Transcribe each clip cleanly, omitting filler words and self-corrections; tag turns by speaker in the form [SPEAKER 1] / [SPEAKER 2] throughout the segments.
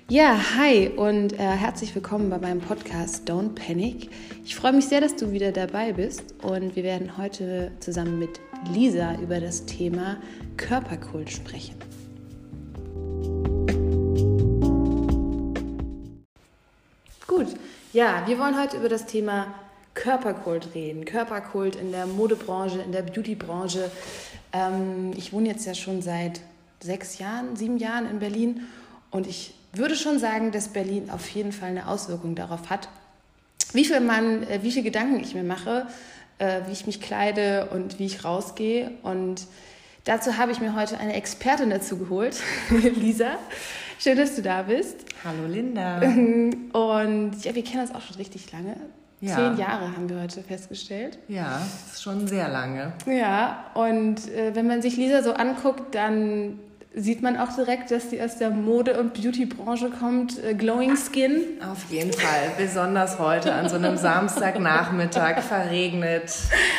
[SPEAKER 1] Ja, hi und herzlich willkommen bei meinem Podcast Don't Panic. Ich freue mich sehr, dass du wieder dabei bist und wir werden heute zusammen mit Lisa über das Thema Körperkult sprechen. Gut, ja, wir wollen heute über das Thema Körperkult reden. Körperkult in der Modebranche, in der Beautybranche. Ich wohne jetzt ja schon seit 7 Jahren in Berlin und ich würde schon sagen, dass Berlin auf jeden Fall eine Auswirkung darauf hat, wie viel Gedanken ich mir mache, wie ich mich kleide und wie ich rausgehe. Und dazu habe ich mir heute eine Expertin dazu geholt, Lisa. Schön, dass du da bist.
[SPEAKER 2] Hallo Linda.
[SPEAKER 1] Und ja, wir kennen uns auch schon richtig lange.
[SPEAKER 2] Ja.
[SPEAKER 1] 10 Jahre haben wir heute festgestellt.
[SPEAKER 2] Ja, das ist schon sehr lange.
[SPEAKER 1] Ja, und wenn man sich Lisa so anguckt, dann sieht man auch direkt, dass sie aus der Mode- und Beauty-Branche kommt. Glowing Skin.
[SPEAKER 2] Auf jeden Fall. Besonders heute an so einem Samstagnachmittag verregnet.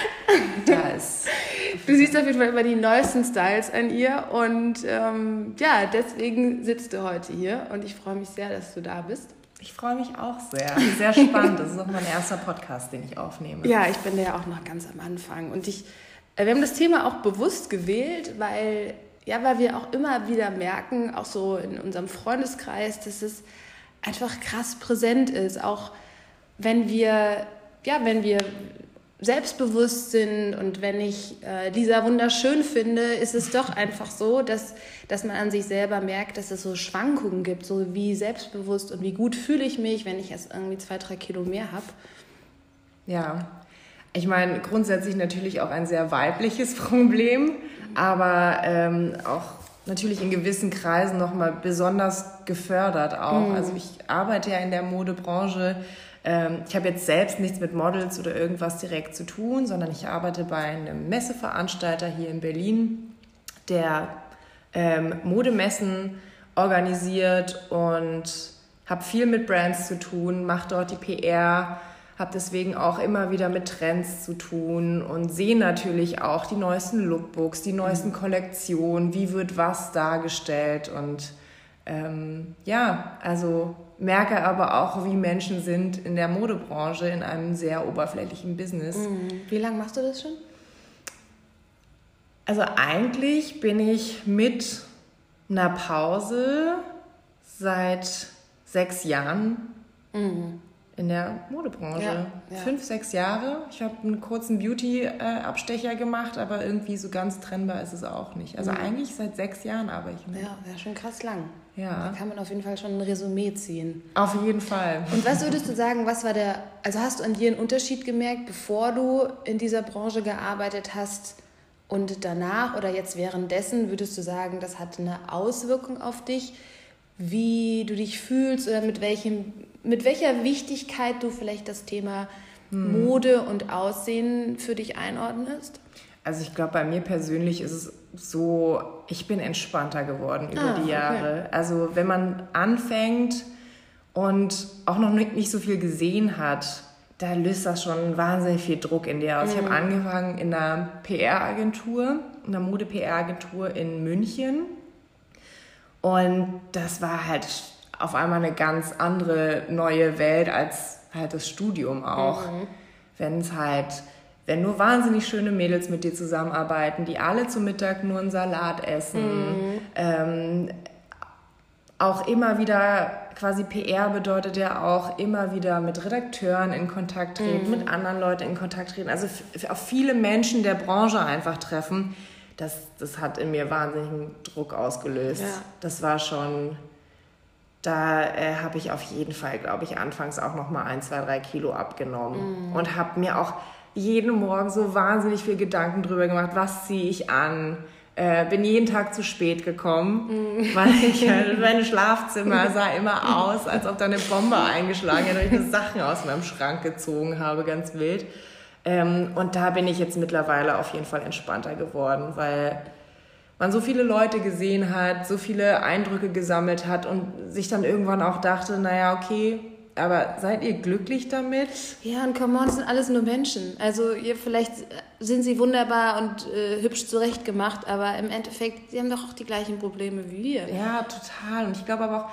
[SPEAKER 1] Du siehst auf jeden Fall immer die neuesten Styles an ihr. Und deswegen sitzt du heute hier. Und ich freue mich sehr, dass du da bist.
[SPEAKER 2] Ich freue mich auch sehr. Sehr spannend. Das ist auch mein erster Podcast, den ich aufnehme.
[SPEAKER 1] Ja, ich bin ja auch noch ganz am Anfang. Und wir haben das Thema auch bewusst gewählt, weil wir auch immer wieder merken, auch so in unserem Freundeskreis, dass es einfach krass präsent ist. Auch wenn wir selbstbewusst sind und wenn ich Lisa wunderschön finde, ist es doch einfach so, dass man an sich selber merkt, dass es so Schwankungen gibt, so wie selbstbewusst und wie gut fühle ich mich, wenn ich erst irgendwie 2-3 Kilo mehr habe.
[SPEAKER 2] Ja, ich meine, grundsätzlich natürlich auch ein sehr weibliches Problem, aber auch natürlich in gewissen Kreisen nochmal besonders gefördert auch. Also ich arbeite ja in der Modebranche. Ich habe jetzt selbst nichts mit Models oder irgendwas direkt zu tun, sondern ich arbeite bei einem Messeveranstalter hier in Berlin, der Modemessen organisiert und habe viel mit Brands zu tun, mache dort die PR, habe deswegen auch immer wieder mit Trends zu tun und sehe natürlich auch die neuesten Lookbooks, die neuesten Kollektionen, wie wird was dargestellt und merke aber auch, wie Menschen sind in der Modebranche in einem sehr oberflächlichen Business.
[SPEAKER 1] Wie lange machst du das schon?
[SPEAKER 2] Also eigentlich bin ich mit einer Pause seit 6 Jahren in der Modebranche. Ja. 5-6 Jahre. Ich habe einen kurzen Beauty-Abstecher gemacht, aber irgendwie so ganz trennbar ist es auch nicht. Also eigentlich seit 6 Jahren arbeite ich.
[SPEAKER 1] Ja, wäre schon krass lang.
[SPEAKER 2] Ja.
[SPEAKER 1] Da kann man auf jeden Fall schon ein Resümee ziehen.
[SPEAKER 2] Auf jeden Fall.
[SPEAKER 1] Und was würdest du sagen, hast du an dir einen Unterschied gemerkt, bevor du in dieser Branche gearbeitet hast und danach oder jetzt währenddessen, würdest du sagen, das hat eine Auswirkung auf dich, wie du dich fühlst oder mit welcher Wichtigkeit du vielleicht das Thema Mode und Aussehen für dich einordnest?
[SPEAKER 2] Also ich glaube, bei mir persönlich ist es so, ich bin entspannter geworden über die Jahre. Okay. Also wenn man anfängt und auch noch nicht so viel gesehen hat, da löst das schon wahnsinnig viel Druck in dir aus. Ich habe angefangen in einer PR-Agentur, in einer Mode-PR-Agentur in München. Und das war halt auf einmal eine ganz andere neue Welt als halt das Studium auch. Wenn nur wahnsinnig schöne Mädels mit dir zusammenarbeiten, die alle zum Mittag nur einen Salat essen. Auch immer wieder, quasi PR bedeutet ja auch immer wieder mit Redakteuren in Kontakt treten, mit anderen Leuten in Kontakt treten. Also auf viele Menschen der Branche einfach treffen. Das hat in mir wahnsinnigen Druck ausgelöst. Ja. Das war schon, da habe ich auf jeden Fall, glaube ich, anfangs auch nochmal 1, 2, 3 Kilo abgenommen. Und habe mir auch jeden Morgen so wahnsinnig viel Gedanken drüber gemacht, was ziehe ich an. Bin jeden Tag zu spät gekommen, weil mein Schlafzimmer sah immer aus, als ob da eine Bombe eingeschlagen hätte und ich nur Sachen aus meinem Schrank gezogen habe, ganz wild. Und da bin ich jetzt mittlerweile auf jeden Fall entspannter geworden, weil man so viele Leute gesehen hat, so viele Eindrücke gesammelt hat und sich dann irgendwann auch dachte, naja, okay, aber seid ihr glücklich damit?
[SPEAKER 1] Ja, und come on, es sind alles nur Menschen. Also vielleicht sind sie wunderbar und hübsch zurechtgemacht, aber im Endeffekt, sie haben doch auch die gleichen Probleme wie wir.
[SPEAKER 2] Ja, total. Und ich glaube aber auch,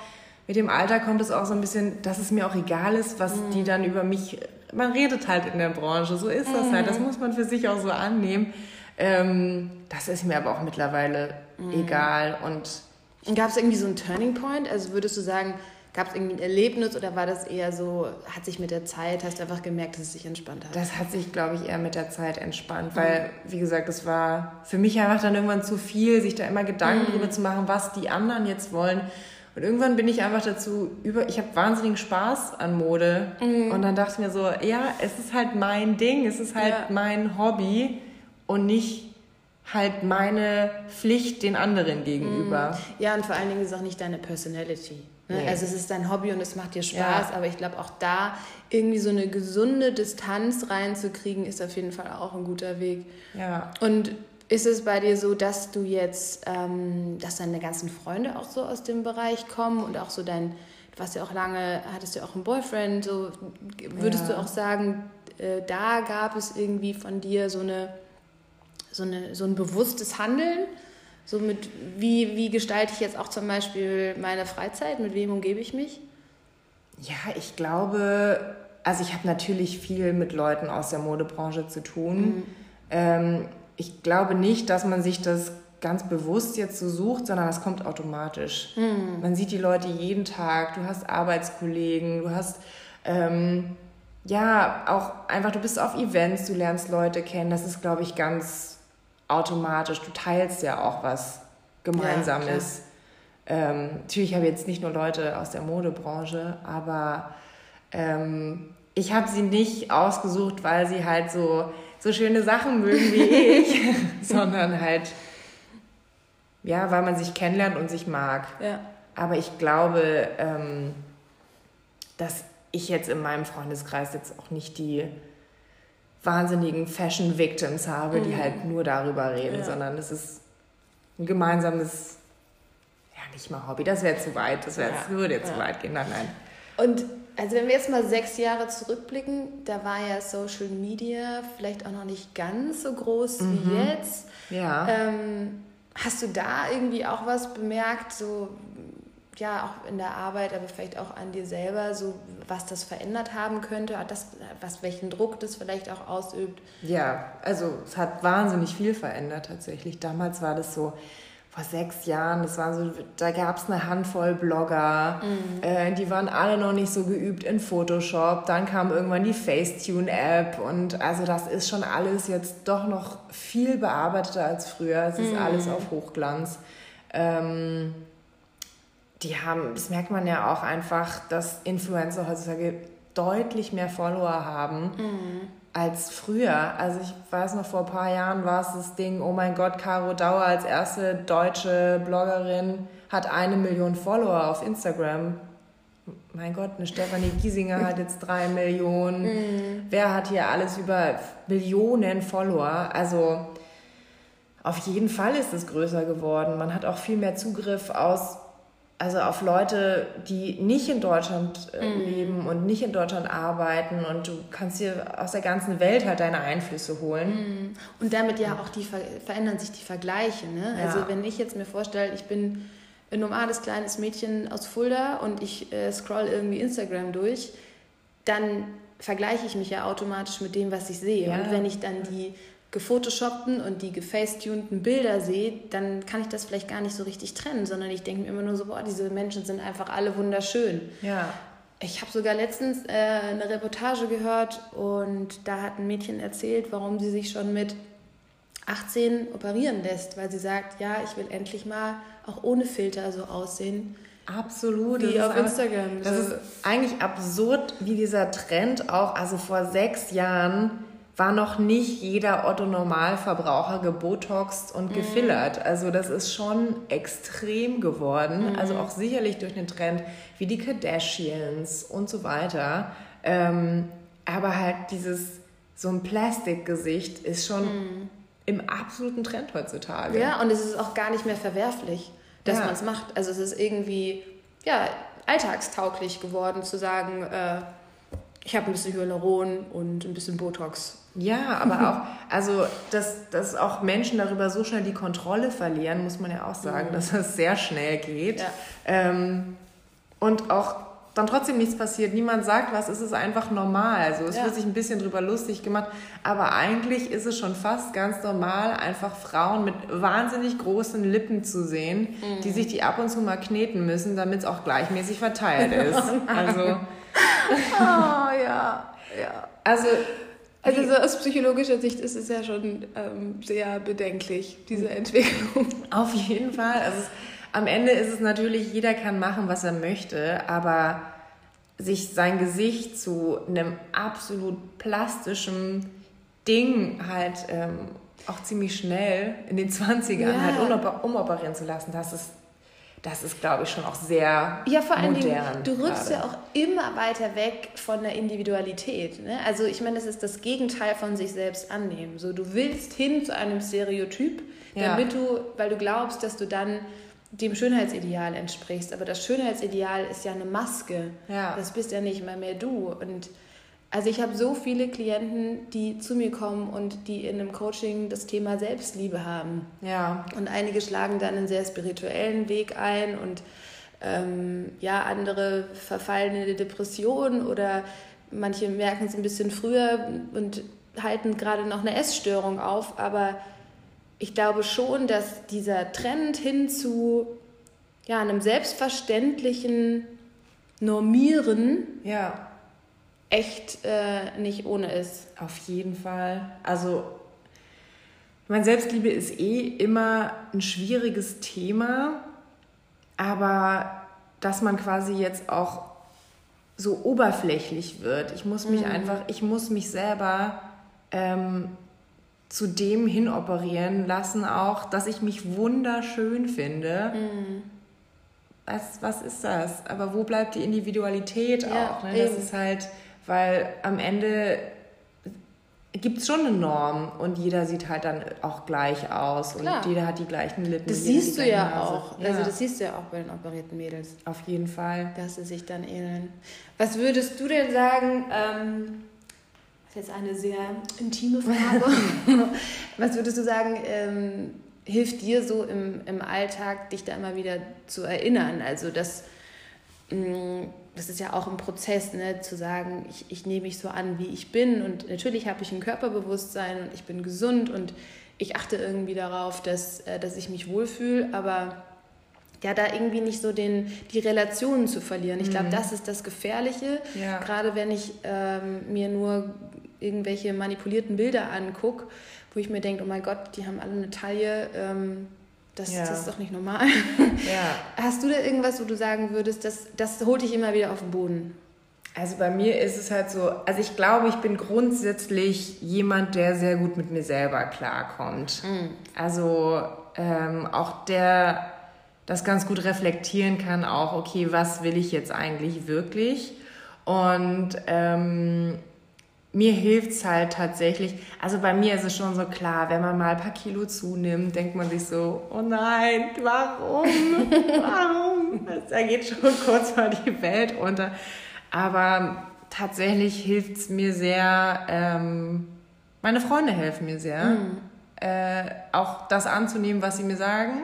[SPEAKER 2] mit dem Alter kommt es auch so ein bisschen, dass es mir auch egal ist, was die dann über mich, man redet halt in der Branche, so ist das halt, das muss man für sich auch so annehmen. Das ist mir aber auch mittlerweile egal. Und
[SPEAKER 1] gab es irgendwie so einen Turning Point? Also würdest du sagen, gab es irgendwie ein Erlebnis oder war das eher so, hat sich mit der Zeit, hast du einfach gemerkt, dass es sich entspannt hat?
[SPEAKER 2] Das hat sich, glaube ich, eher mit der Zeit entspannt, weil, wie gesagt, das war für mich einfach dann irgendwann zu viel, sich da immer Gedanken drüber zu machen, was die anderen jetzt wollen. Und irgendwann bin ich einfach dazu ich habe wahnsinnigen Spaß an Mode. Und dann dachte ich mir so, ja, es ist halt mein Ding, es ist halt mein Hobby und nicht halt meine Pflicht den anderen gegenüber.
[SPEAKER 1] Ja, und vor allen Dingen ist es auch nicht deine Personality. Ne?
[SPEAKER 2] Nee.
[SPEAKER 1] Also es ist dein Hobby und es macht dir Spaß, aber ich glaube auch da irgendwie so eine gesunde Distanz reinzukriegen, ist auf jeden Fall auch ein guter Weg.
[SPEAKER 2] Ja.
[SPEAKER 1] Und ist es bei dir so, dass du jetzt, dass deine ganzen Freunde auch so aus dem Bereich kommen und auch so du warst ja auch lange, hattest ja auch einen Boyfriend, so würdest du auch sagen, da gab es irgendwie von dir so ein bewusstes Handeln? So mit, wie gestalte ich jetzt auch zum Beispiel meine Freizeit? Mit wem umgebe ich mich?
[SPEAKER 2] Ja, ich glaube, also ich habe natürlich viel mit Leuten aus der Modebranche zu tun. Ich glaube nicht, dass man sich das ganz bewusst jetzt so sucht, sondern das kommt automatisch. Man sieht die Leute jeden Tag, du hast Arbeitskollegen, du hast auch einfach, du bist auf Events, du lernst Leute kennen, das ist, glaube ich, ganz automatisch. Du teilst ja auch was Gemeinsames. Natürlich habe ich jetzt nicht nur Leute aus der Modebranche, aber ich habe sie nicht ausgesucht, weil sie halt so schöne Sachen mögen wie ich, sondern halt, ja, weil man sich kennenlernt und sich mag. Ja. Aber ich glaube, dass ich jetzt in meinem Freundeskreis jetzt auch nicht die wahnsinnigen Fashion-Victims habe, die halt nur darüber reden, sondern es ist ein gemeinsames, ja, nicht mal Hobby, das wäre zu weit, würde jetzt zu weit gehen, nein.
[SPEAKER 1] Und also wenn wir jetzt mal 6 Jahre zurückblicken, da war ja Social Media vielleicht auch noch nicht ganz so groß wie jetzt. Ja. Hast du da irgendwie auch was bemerkt, so ja, auch in der Arbeit, aber vielleicht auch an dir selber, so was das verändert haben könnte, welchen Druck das vielleicht auch ausübt? Ja,
[SPEAKER 2] also es hat wahnsinnig viel verändert tatsächlich. Damals war das so, vor 6 Jahren, da gab es eine Handvoll Blogger, die waren alle noch nicht so geübt in Photoshop, dann kam irgendwann die Facetune-App und also das ist schon alles jetzt doch noch viel bearbeiteter als früher, es ist alles auf Hochglanz. Das merkt man ja auch einfach, dass Influencer heutzutage deutlich mehr Follower haben als früher. Also ich weiß noch, vor ein paar Jahren war es das Ding, oh mein Gott, Caro Dauer als erste deutsche Bloggerin hat 1 Million Follower auf Instagram. Mein Gott, eine Stefanie Giesinger hat jetzt 3 Millionen. Wer hat hier alles über Millionen Follower? Also auf jeden Fall ist es größer geworden. Man hat auch viel mehr Zugriff auf Leute, die nicht in Deutschland leben und nicht in Deutschland arbeiten und du kannst dir aus der ganzen Welt halt deine Einflüsse holen.
[SPEAKER 1] Und damit ja auch verändern sich die Vergleiche. Ne? Ja. Also wenn ich jetzt mir vorstelle, ich bin ein normales kleines Mädchen aus Fulda und ich scroll irgendwie Instagram durch, dann vergleiche ich mich ja automatisch mit dem, was ich sehe. Ja. Und wenn ich dann die gefotoshoppten und die gefacetunten Bilder sehe, dann kann ich das vielleicht gar nicht so richtig trennen, sondern ich denke mir immer nur so, boah, diese Menschen sind einfach alle wunderschön. Ja. Ich habe sogar letztens eine Reportage gehört und da hat ein Mädchen erzählt, warum sie sich schon mit 18 operieren lässt, weil sie sagt, ja, ich will endlich mal auch ohne Filter so aussehen.
[SPEAKER 2] Absolut.
[SPEAKER 1] Wie auf Instagram.
[SPEAKER 2] Das ist eigentlich absurd, wie dieser Trend auch, also vor 6 Jahren war noch nicht jeder Otto-Normalverbraucher gebotoxt und gefillert. Also das ist schon extrem geworden. Also auch sicherlich durch den Trend wie die Kardashians und so weiter. Aber halt so ein Plastikgesicht ist schon im absoluten Trend heutzutage.
[SPEAKER 1] Ja, und es ist auch gar nicht mehr verwerflich, dass man es macht. Also es ist irgendwie alltagstauglich geworden, zu sagen, ich habe ein bisschen Hyaluron und ein bisschen Botox.
[SPEAKER 2] Ja, aber auch, also dass auch Menschen darüber so schnell die Kontrolle verlieren, muss man ja auch sagen, dass das sehr schnell geht. Ja. und auch dann trotzdem nichts passiert, niemand sagt was, es ist einfach normal. Also es wird sich ein bisschen drüber lustig gemacht, aber eigentlich ist es schon fast ganz normal, einfach Frauen mit wahnsinnig großen Lippen zu sehen, die sich die ab und zu mal kneten müssen, damit es auch gleichmäßig verteilt ist. Also, Also
[SPEAKER 1] so aus psychologischer Sicht ist es ja schon sehr bedenklich, diese Entwicklung.
[SPEAKER 2] Auf jeden Fall. Also am Ende ist es natürlich, jeder kann machen, was er möchte, aber sich sein Gesicht zu einem absolut plastischen Ding halt auch ziemlich schnell in den 20ern halt umoperieren zu lassen, das ist, glaube ich, schon auch sehr modern.
[SPEAKER 1] Ja, vor allen Dingen, du rückst ja auch immer weiter weg von der Individualität. Ne? Also ich meine, das ist das Gegenteil von sich selbst annehmen. So, du willst hin zu einem Stereotyp, damit du, weil du glaubst, dass du dann dem Schönheitsideal entsprichst. Aber das Schönheitsideal ist ja eine Maske. Ja. Das bist ja nicht mal mehr du. Und also ich habe so viele Klienten, die zu mir kommen und die in einem Coaching das Thema Selbstliebe haben. Ja. Und einige schlagen dann einen sehr spirituellen Weg ein und andere verfallen in eine Depression oder manche merken es ein bisschen früher und halten gerade noch eine Essstörung auf. Aber ich glaube schon, dass dieser Trend hin zu einem selbstverständlichen Normieren echt nicht ohne ist.
[SPEAKER 2] Auf jeden Fall. Also, ich meine, Selbstliebe ist immer ein schwieriges Thema, aber dass man quasi jetzt auch so oberflächlich wird. Ich muss mich selber zu dem hinoperieren lassen auch, dass ich mich wunderschön finde. Was ist das? Aber wo bleibt die Individualität auch? Ne? Das ist halt, weil am Ende gibt es schon eine Norm und jeder sieht halt dann auch gleich aus und jeder hat die gleichen Lippen.
[SPEAKER 1] Das siehst du ja auch. Ja. Also das siehst du ja auch bei den operierten Mädels.
[SPEAKER 2] Auf jeden Fall.
[SPEAKER 1] Dass sie sich dann ähneln. Was würdest du denn sagen, das ist jetzt eine sehr intime Frage, was würdest du sagen, hilft dir so im Alltag, dich da immer wieder zu erinnern? Also das ist ja auch ein Prozess, ne, zu sagen, ich nehme mich so an, wie ich bin und natürlich habe ich ein Körperbewusstsein und ich bin gesund und ich achte irgendwie darauf, dass ich mich wohlfühle, aber da irgendwie nicht so die Relationen zu verlieren. Ich glaube, das ist das Gefährliche, gerade wenn ich mir nur irgendwelche manipulierten Bilder angucke, wo ich mir denke, oh mein Gott, die haben alle eine Taille, das ist doch nicht normal. Ja. Hast du da irgendwas, wo du sagen würdest, das holt dich immer wieder auf den Boden?
[SPEAKER 2] Also bei mir ist es halt so, also ich glaube, ich bin grundsätzlich jemand, der sehr gut mit mir selber klarkommt. Also auch der das ganz gut reflektieren kann, auch, okay, was will ich jetzt eigentlich wirklich? Und mir hilft es halt tatsächlich, also bei mir ist es schon so klar, wenn man mal ein paar Kilo zunimmt, denkt man sich so, oh nein, warum? Da geht schon kurz mal die Welt unter. Aber tatsächlich hilft es mir sehr, meine Freunde helfen mir sehr, auch das anzunehmen, was sie mir sagen,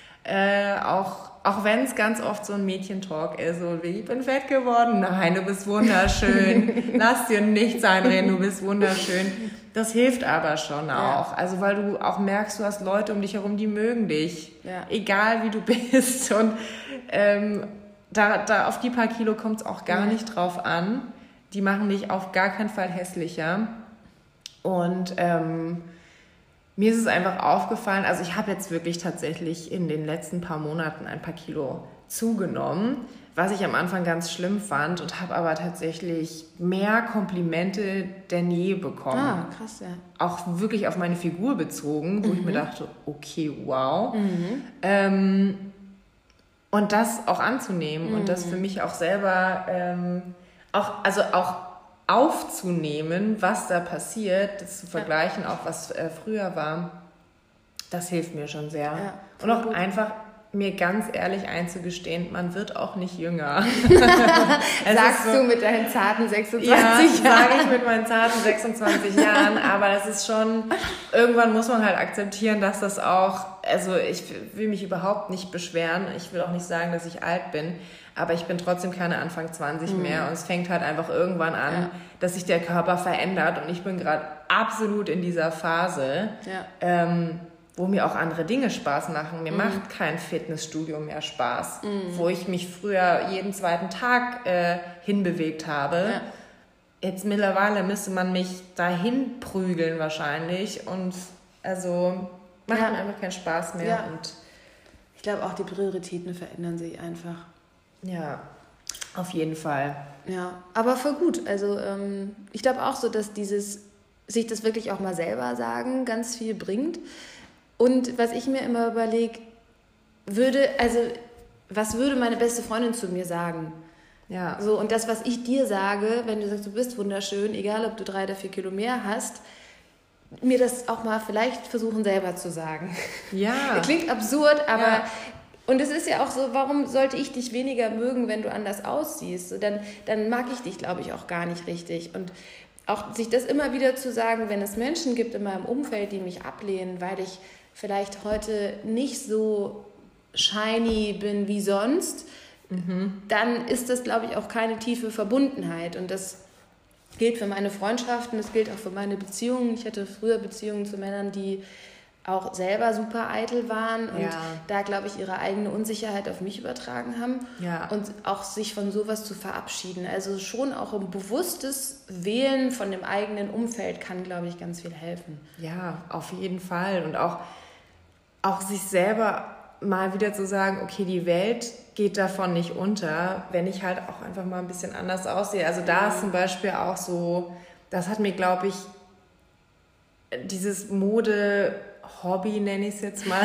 [SPEAKER 2] auch wenn es ganz oft so ein Mädchentalk ist, so wie, ich bin fett geworden, nein, du bist wunderschön, lass dir nichts einreden, du bist wunderschön. Das hilft aber schon auch, also weil du auch merkst, du hast Leute um dich herum, die mögen dich, egal wie du bist und da auf die paar Kilo kommt es auch gar nicht drauf an, die machen dich auf gar keinen Fall hässlicher und mir ist es einfach aufgefallen, also ich habe jetzt wirklich tatsächlich in den letzten paar Monaten ein paar Kilo zugenommen, was ich am Anfang ganz schlimm fand und habe aber tatsächlich mehr Komplimente denn je bekommen.
[SPEAKER 1] Ah, krass, ja.
[SPEAKER 2] Auch wirklich auf meine Figur bezogen, wo ich mir dachte, okay, wow. Und das auch anzunehmen und das für mich auch selber auch aufzunehmen, was da passiert, das zu vergleichen, auch was früher war, das hilft mir schon sehr. Ja, und auch gut. Einfach mir ganz ehrlich einzugestehen, man wird auch nicht jünger.
[SPEAKER 1] Sagst du mit deinen zarten 26
[SPEAKER 2] Jahren?
[SPEAKER 1] Ja,
[SPEAKER 2] sage ich mit meinen zarten 26 Jahren, aber das ist schon, irgendwann muss man halt akzeptieren, dass das auch, also ich will mich überhaupt nicht beschweren, ich will auch nicht sagen, dass ich alt bin, aber ich bin trotzdem keine Anfang 20 mehr und es fängt halt einfach irgendwann an, dass sich der Körper verändert und ich bin gerade absolut in dieser Phase, wo mir auch andere Dinge Spaß machen. Mir macht kein Fitnessstudio mehr Spaß, wo ich mich früher jeden zweiten Tag hinbewegt habe. Ja. Jetzt mittlerweile müsste man mich dahin prügeln wahrscheinlich und also macht mir einfach keinen Spaß mehr.
[SPEAKER 1] Ja.
[SPEAKER 2] Und
[SPEAKER 1] ich glaube auch, die Prioritäten verändern sich einfach.
[SPEAKER 2] Ja, auf jeden Fall.
[SPEAKER 1] Ja, aber voll gut. Also ich glaube auch so, dass sich das wirklich auch mal selber sagen ganz viel bringt. Und was ich mir immer überlege, was würde meine beste Freundin zu mir sagen?
[SPEAKER 2] Ja.
[SPEAKER 1] So, und das, was ich dir sage, wenn du sagst, du bist wunderschön, egal ob du 3 oder 4 Kilo mehr hast, mir das auch mal vielleicht versuchen selber zu sagen.
[SPEAKER 2] Ja.
[SPEAKER 1] Klingt absurd, aber und es ist ja auch so, warum sollte ich dich weniger mögen, wenn du anders aussiehst? So, dann mag ich dich, glaube ich, auch gar nicht richtig. Und auch sich das immer wieder zu sagen, wenn es Menschen gibt in meinem Umfeld, die mich ablehnen, weil ich vielleicht heute nicht so shiny bin wie sonst, dann ist das, glaube ich, auch keine tiefe Verbundenheit. Und das gilt für meine Freundschaften, das gilt auch für meine Beziehungen. Ich hatte früher Beziehungen zu Männern, die auch selber super eitel waren und da, glaube ich, ihre eigene Unsicherheit auf mich übertragen haben und auch sich von sowas zu verabschieden. Also schon auch ein bewusstes Wählen von dem eigenen Umfeld kann, glaube ich, ganz viel helfen.
[SPEAKER 2] Ja, auf jeden Fall. Und auch sich selber mal wieder zu sagen, okay, die Welt geht davon nicht unter, wenn ich halt auch einfach mal ein bisschen anders aussehe. Also da ist zum Beispiel auch so, das hat mir, glaube ich, dieses Mode-Hobby, nenne ich es jetzt mal,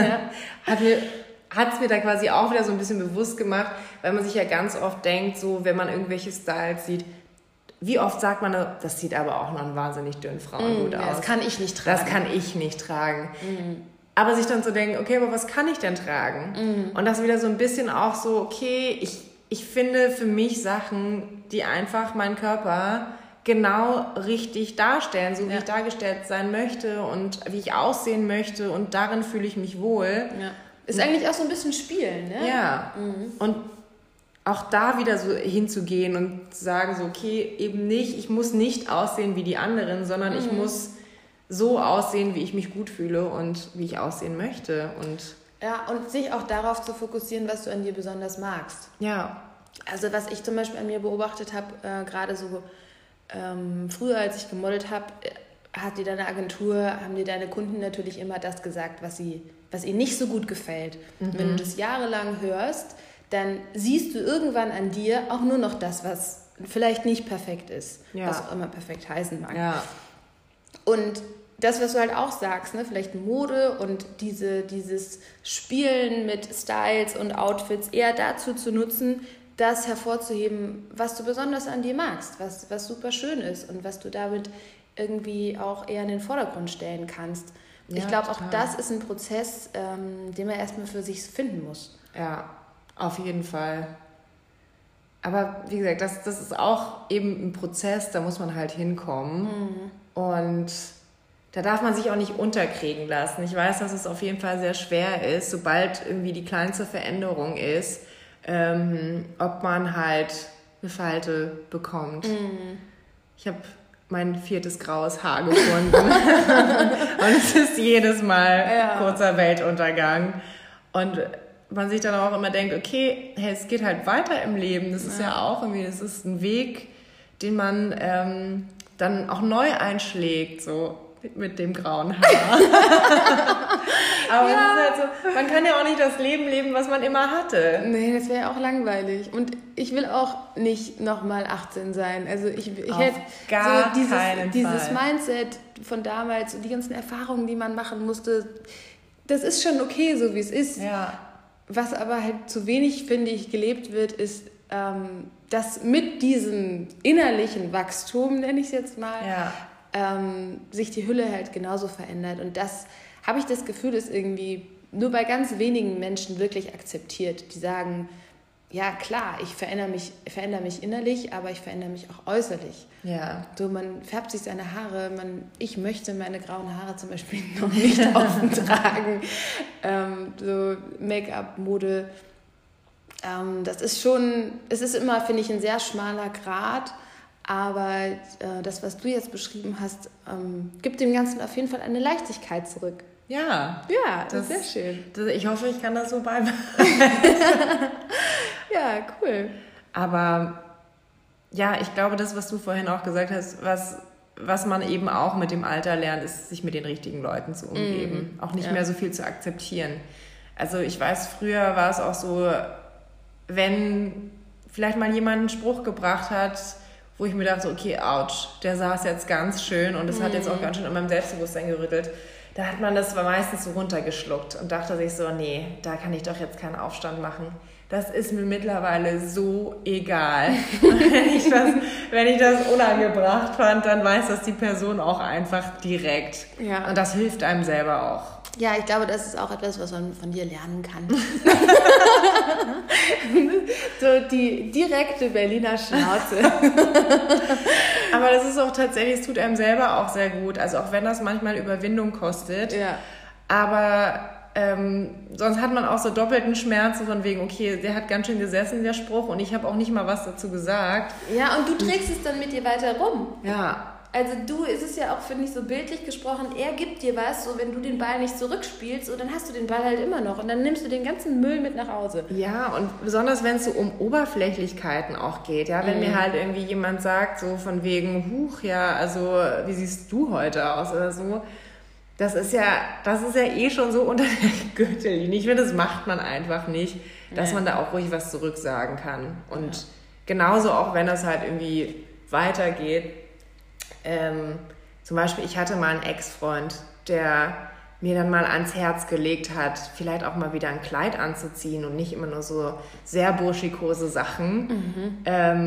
[SPEAKER 2] hat es mir da quasi auch wieder so ein bisschen bewusst gemacht, weil man sich ja ganz oft denkt, so wenn man irgendwelche Styles sieht, wie oft sagt man, das sieht aber auch noch einen wahnsinnig dünnen Frauen gut aus.
[SPEAKER 1] Das kann ich nicht tragen.
[SPEAKER 2] Das kann ich nicht tragen. Aber sich dann zu denken, okay, aber was kann ich denn tragen? Und das wieder so ein bisschen auch so, okay, ich finde für mich Sachen, die einfach meinen Körper genau richtig darstellen, so wie ich dargestellt sein möchte und wie ich aussehen möchte und darin fühle ich mich wohl.
[SPEAKER 1] Ja. Ist eigentlich auch so ein bisschen Spielen, ne?
[SPEAKER 2] Ja. Und auch da wieder so hinzugehen und zu sagen so, okay, eben nicht, ich muss nicht aussehen wie die anderen, sondern ich muss so aussehen, wie ich mich gut fühle und wie ich aussehen möchte. Und
[SPEAKER 1] sich auch darauf zu fokussieren, was du an dir besonders magst.
[SPEAKER 2] Ja.
[SPEAKER 1] Also was ich zum Beispiel an mir beobachtet habe, gerade so früher, als ich gemodelt habe, hat dir deine Agentur, haben dir deine Kunden natürlich immer das gesagt, was ihnen nicht so gut gefällt. Wenn du das jahrelang hörst, dann siehst du irgendwann an dir auch nur noch das, was vielleicht nicht perfekt ist, was auch immer perfekt heißen mag.
[SPEAKER 2] Ja.
[SPEAKER 1] Und das, was du halt auch sagst, ne, vielleicht Mode und dieses Spielen mit Styles und Outfits eher dazu zu nutzen, das hervorzuheben, was du besonders an dir magst, was super schön ist und was du damit irgendwie auch eher in den Vordergrund stellen kannst. Ja, ich glaube, auch das ist ein Prozess, den man erstmal für sich finden muss.
[SPEAKER 2] Ja, auf jeden Fall. Aber wie gesagt, das ist auch eben ein Prozess, da muss man halt hinkommen. Und da darf man sich auch nicht unterkriegen lassen. Ich weiß, dass es auf jeden Fall sehr schwer ist, sobald irgendwie die kleinste Veränderung ist, ob man halt eine Falte bekommt. Ich habe mein 4. graues Haar gefunden und es ist jedes Mal kurzer Weltuntergang. Und man sich dann auch immer denkt, okay, hey, es geht halt weiter im Leben. Das ist ja auch irgendwie, das ist ein Weg, den man dann auch neu einschlägt, so mit dem grauen Haar. Aber es ist halt so, man kann ja auch nicht das Leben leben, was man immer hatte.
[SPEAKER 1] Nee, das wäre ja auch langweilig. Und ich will auch nicht nochmal 18 sein. Also ich hätte so dieses Mindset von damals und die ganzen Erfahrungen, die man machen musste, das ist schon okay, so wie es ist.
[SPEAKER 2] Ja.
[SPEAKER 1] Was aber halt zu wenig, finde ich, gelebt wird, ist, dass mit diesem innerlichen Wachstum, nenne ich es jetzt mal, sich die Hülle halt genauso verändert. Und das, habe ich das Gefühl, ist irgendwie nur bei ganz wenigen Menschen wirklich akzeptiert, die sagen, ja klar, ich verändere mich innerlich, aber ich verändere mich auch äußerlich.
[SPEAKER 2] Ja.
[SPEAKER 1] So, man färbt sich seine Haare, ich möchte meine grauen Haare zum Beispiel noch nicht offen tragen. So Make-up, Mode, das ist schon, es ist immer, finde ich, ein sehr schmaler Grat, aber das, was du jetzt beschrieben hast, gibt dem Ganzen auf jeden Fall eine Leichtigkeit zurück.
[SPEAKER 2] Ja.
[SPEAKER 1] Ja, das ist sehr schön.
[SPEAKER 2] Ich hoffe, ich kann das so beibehalten.
[SPEAKER 1] Ja, cool.
[SPEAKER 2] Aber ja, ich glaube, das, was du vorhin auch gesagt hast, was man eben auch mit dem Alter lernt, ist, sich mit den richtigen Leuten zu umgeben. Auch nicht mehr so viel zu akzeptieren. Also ich weiß, früher war es auch so, wenn vielleicht mal jemand einen Spruch gebracht hat, wo ich mir dachte, okay, ouch, der saß jetzt ganz schön und es hat jetzt auch ganz schön an meinem Selbstbewusstsein gerüttelt. Da hat man das meistens so runtergeschluckt und dachte sich so, nee, da kann ich doch jetzt keinen Aufstand machen. Das ist mir mittlerweile so egal. Wenn ich das unangebracht fand, dann weiß das die Person auch einfach direkt.
[SPEAKER 1] Ja.
[SPEAKER 2] Und das hilft einem selber auch.
[SPEAKER 1] Ja, ich glaube, das ist auch etwas, was man von dir lernen kann. So die direkte Berliner Schnauze.
[SPEAKER 2] Aber das ist auch tatsächlich, es tut einem selber auch sehr gut. Also auch wenn das manchmal Überwindung kostet.
[SPEAKER 1] Ja.
[SPEAKER 2] Aber sonst hat man auch so doppelten Schmerz von wegen, okay, der hat ganz schön gesessen, der Spruch, und ich habe auch nicht mal was dazu gesagt.
[SPEAKER 1] Ja, und du trägst es dann mit dir weiter rum.
[SPEAKER 2] Ja.
[SPEAKER 1] Also es ist ja auch, finde ich, so bildlich gesprochen, er gibt dir was, so wenn du den Ball nicht zurückspielst, so, dann hast du den Ball halt immer noch und dann nimmst du den ganzen Müll mit nach Hause.
[SPEAKER 2] Ja, und besonders wenn es so um Oberflächlichkeiten auch geht, ja, wenn mir halt irgendwie jemand sagt, so von wegen, huch, ja, also wie siehst du heute aus oder so, das ist ja eh schon so unter der Gürtellinie. Ich finde, das macht man einfach nicht, dass man da auch ruhig was zurücksagen kann. Und genauso auch, wenn das halt irgendwie weitergeht. Zum Beispiel, ich hatte mal einen Ex-Freund, der mir dann mal ans Herz gelegt hat, vielleicht auch mal wieder ein Kleid anzuziehen und nicht immer nur so sehr burschikose Sachen.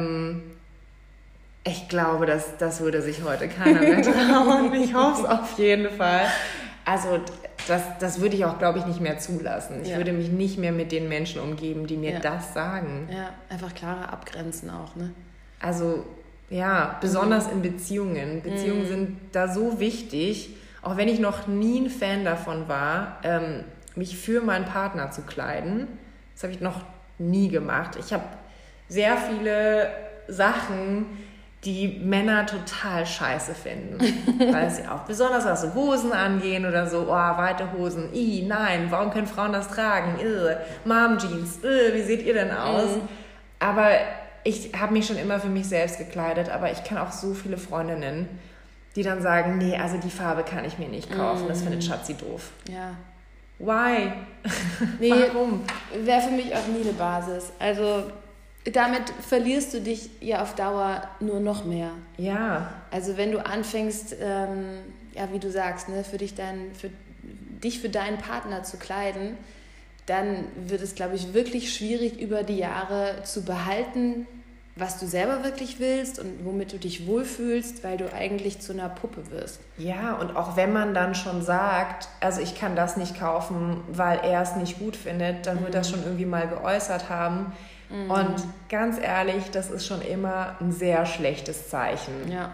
[SPEAKER 2] Ich glaube, das würde sich heute keiner mehr trauen. Ich hoffe es auf jeden Fall. Also das würde ich auch, glaube ich, nicht mehr zulassen. Ich würde mich nicht mehr mit den Menschen umgeben, die mir das sagen.
[SPEAKER 1] Ja, einfach klarer abgrenzen auch, ne?
[SPEAKER 2] Also ja, besonders in Beziehungen. Beziehungen sind da so wichtig, auch wenn ich noch nie ein Fan davon war, mich für meinen Partner zu kleiden. Das habe ich noch nie gemacht. Ich habe sehr viele Sachen, die Männer total scheiße finden. Weil sie auch besonders was so Hosen angehen oder so, weite Hosen, nein, warum können Frauen das tragen? Mom-Jeans, wie seht ihr denn aus? Aber ich habe mich schon immer für mich selbst gekleidet, aber ich kann auch so viele Freundinnen, die dann sagen, nee, also die Farbe kann ich mir nicht kaufen, das findet Schatzi doof.
[SPEAKER 1] Ja.
[SPEAKER 2] Why?
[SPEAKER 1] Nee,
[SPEAKER 2] warum?
[SPEAKER 1] Wäre für mich auch nie eine Basis. Also damit verlierst du dich ja auf Dauer nur noch mehr.
[SPEAKER 2] Ja.
[SPEAKER 1] Also wenn du anfängst, wie du sagst, ne, für dich für deinen Partner zu kleiden, dann wird es, glaube ich, wirklich schwierig, über die Jahre zu behalten, was du selber wirklich willst und womit du dich wohlfühlst, weil du eigentlich zu einer Puppe wirst.
[SPEAKER 2] Ja, und auch wenn man dann schon sagt, also ich kann das nicht kaufen, weil er es nicht gut findet, dann wird das schon irgendwie mal geäußert haben. Und ganz ehrlich, das ist schon immer ein sehr schlechtes Zeichen.
[SPEAKER 1] Ja.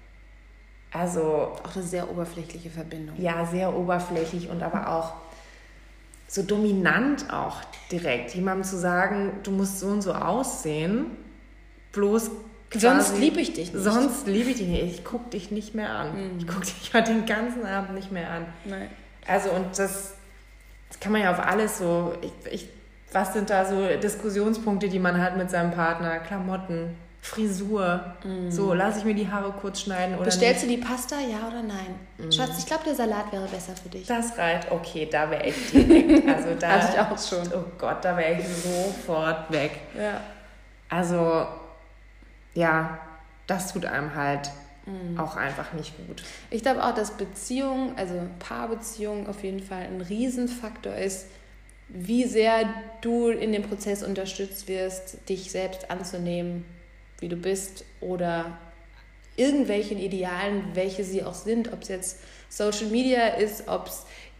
[SPEAKER 2] Also
[SPEAKER 1] auch eine sehr oberflächliche Verbindung.
[SPEAKER 2] Ja, sehr oberflächlich und aber auch so dominant auch direkt. Jemandem zu sagen, du musst so und so aussehen, bloß
[SPEAKER 1] sonst liebe ich dich nicht.
[SPEAKER 2] Sonst liebe ich dich nicht. Ich gucke dich nicht mehr an. Ich gucke dich heute den ganzen Abend nicht mehr an.
[SPEAKER 1] Nein.
[SPEAKER 2] Also und das kann man ja auf alles so... Was sind da so Diskussionspunkte, die man hat mit seinem Partner? Klamotten, Frisur. So, lasse ich mir die Haare kurz schneiden oder
[SPEAKER 1] Bestellst du die Pasta, ja oder nein? Schatz, ich glaube, der Salat wäre besser für dich.
[SPEAKER 2] Das reicht. Okay, da wäre ich direkt. Also da
[SPEAKER 1] hatte ich auch schon.
[SPEAKER 2] Oh Gott, da wäre ich sofort weg.
[SPEAKER 1] Ja.
[SPEAKER 2] Also, ja, das tut einem halt auch einfach nicht gut.
[SPEAKER 1] Ich glaube auch, dass Beziehung, also Paarbeziehung auf jeden Fall ein Riesenfaktor ist, wie sehr du in dem Prozess unterstützt wirst, dich selbst anzunehmen, wie du bist, oder irgendwelchen Idealen, welche sie auch sind, ob es jetzt Social Media ist, ob es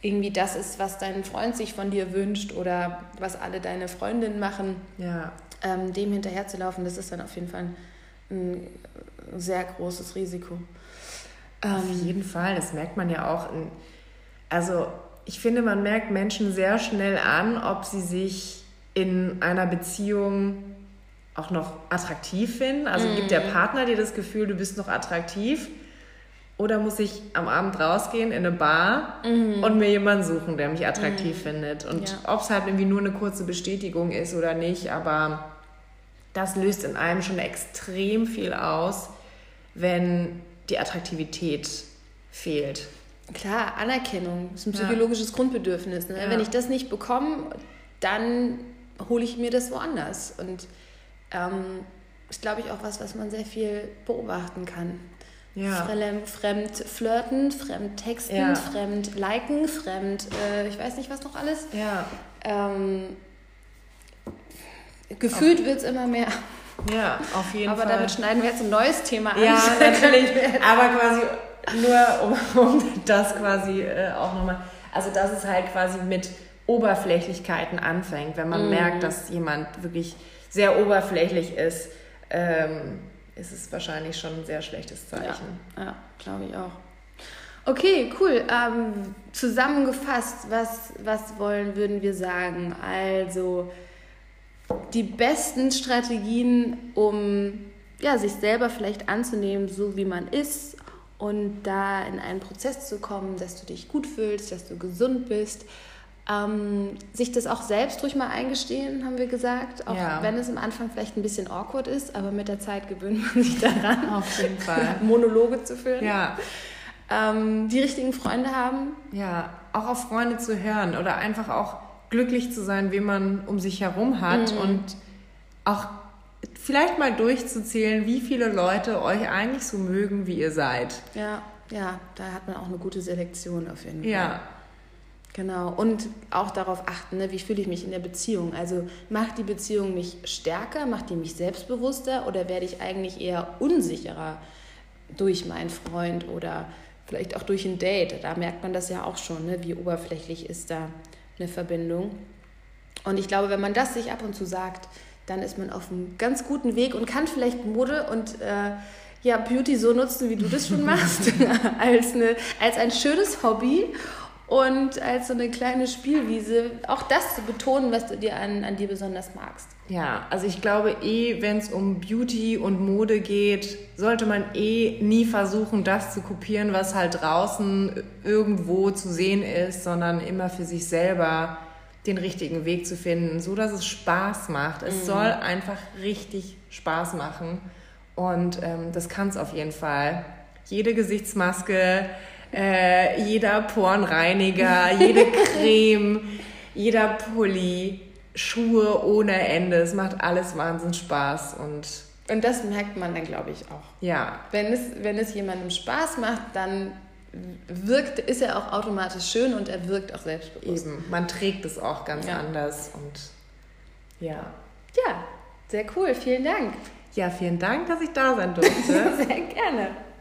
[SPEAKER 1] irgendwie das ist, was dein Freund sich von dir wünscht oder was alle deine Freundinnen machen, dem hinterherzulaufen, das ist dann auf jeden Fall ein sehr großes Risiko.
[SPEAKER 2] Auf jeden Fall, das merkt man ja auch. Also ich finde, man merkt Menschen sehr schnell an, ob sie sich in einer Beziehung auch noch attraktiv finden. Also gibt der Partner dir das Gefühl, du bist noch attraktiv? Oder muss ich am Abend rausgehen in eine Bar und mir jemanden suchen, der mich attraktiv findet? Und ob es halt irgendwie nur eine kurze Bestätigung ist oder nicht, aber das löst in einem schon extrem viel aus, wenn die Attraktivität fehlt.
[SPEAKER 1] Klar, Anerkennung ist ein psychologisches Grundbedürfnis. Ne? Ja. Wenn ich das nicht bekomme, dann hole ich mir das woanders. Und ist, glaube ich, auch was man sehr viel beobachten kann. Ja. Fremd flirten, fremd texten, fremd liken, fremd, ich weiß nicht, was noch alles. Ja. Gefühlt wird es immer mehr.
[SPEAKER 2] Ja, auf jeden Fall.
[SPEAKER 1] Aber damit schneiden wir jetzt ein neues Thema an.
[SPEAKER 2] Ja, natürlich. Aber quasi nur, um das quasi auch nochmal, also dass es halt quasi mit Oberflächlichkeiten anfängt. Wenn man merkt, dass jemand wirklich sehr oberflächlich ist, ist es wahrscheinlich schon ein sehr schlechtes Zeichen.
[SPEAKER 1] Ja, glaube ich auch. Okay, cool. Zusammengefasst, würden wir sagen? Also die besten Strategien, um sich selber vielleicht anzunehmen, so wie man ist und da in einen Prozess zu kommen, dass du dich gut fühlst, dass du gesund bist. Sich das auch selbst ruhig mal eingestehen, haben wir gesagt, auch wenn es am Anfang vielleicht ein bisschen awkward ist, aber mit der Zeit gewöhnt man sich daran,
[SPEAKER 2] auf jeden Fall
[SPEAKER 1] Monologe zu führen. Ja. Die richtigen Freunde haben.
[SPEAKER 2] Ja, auch auf Freunde zu hören oder einfach auch glücklich zu sein, wen man um sich herum hat und auch vielleicht mal durchzuzählen, wie viele Leute euch eigentlich so mögen, wie ihr seid.
[SPEAKER 1] Ja, da hat man auch eine gute Selektion auf jeden Fall.
[SPEAKER 2] Ja.
[SPEAKER 1] Genau, und auch darauf achten, wie fühle ich mich in der Beziehung. Also macht die Beziehung mich stärker, macht die mich selbstbewusster oder werde ich eigentlich eher unsicherer durch meinen Freund oder vielleicht auch durch ein Date? Da merkt man das ja auch schon, wie oberflächlich ist da eine Verbindung. Und ich glaube, wenn man das sich ab und zu sagt, dann ist man auf einem ganz guten Weg und kann vielleicht Mode und Beauty so nutzen, wie du das schon machst, als ein schönes Hobby. Und als so eine kleine Spielwiese auch das zu betonen, was du dir an dir besonders magst.
[SPEAKER 2] Ja, also ich glaube wenn es um Beauty und Mode geht, sollte man nie versuchen, das zu kopieren, was halt draußen irgendwo zu sehen ist, sondern immer für sich selber den richtigen Weg zu finden, so dass es Spaß macht. Es soll einfach richtig Spaß machen und das kann es auf jeden Fall. Jede Gesichtsmaske, jeder Porenreiniger, jede Creme, jeder Pulli, Schuhe ohne Ende. Es macht alles Wahnsinns Spaß.
[SPEAKER 1] Und das merkt man dann, glaube ich, auch.
[SPEAKER 2] Ja.
[SPEAKER 1] Wenn es jemandem Spaß macht, dann ist er auch automatisch schön und er wirkt auch selbstbewusst.
[SPEAKER 2] Eben, man trägt es auch ganz anders. Und ja.
[SPEAKER 1] Ja, sehr cool. Vielen Dank.
[SPEAKER 2] Ja, vielen Dank, dass ich da sein durfte.
[SPEAKER 1] Sehr gerne.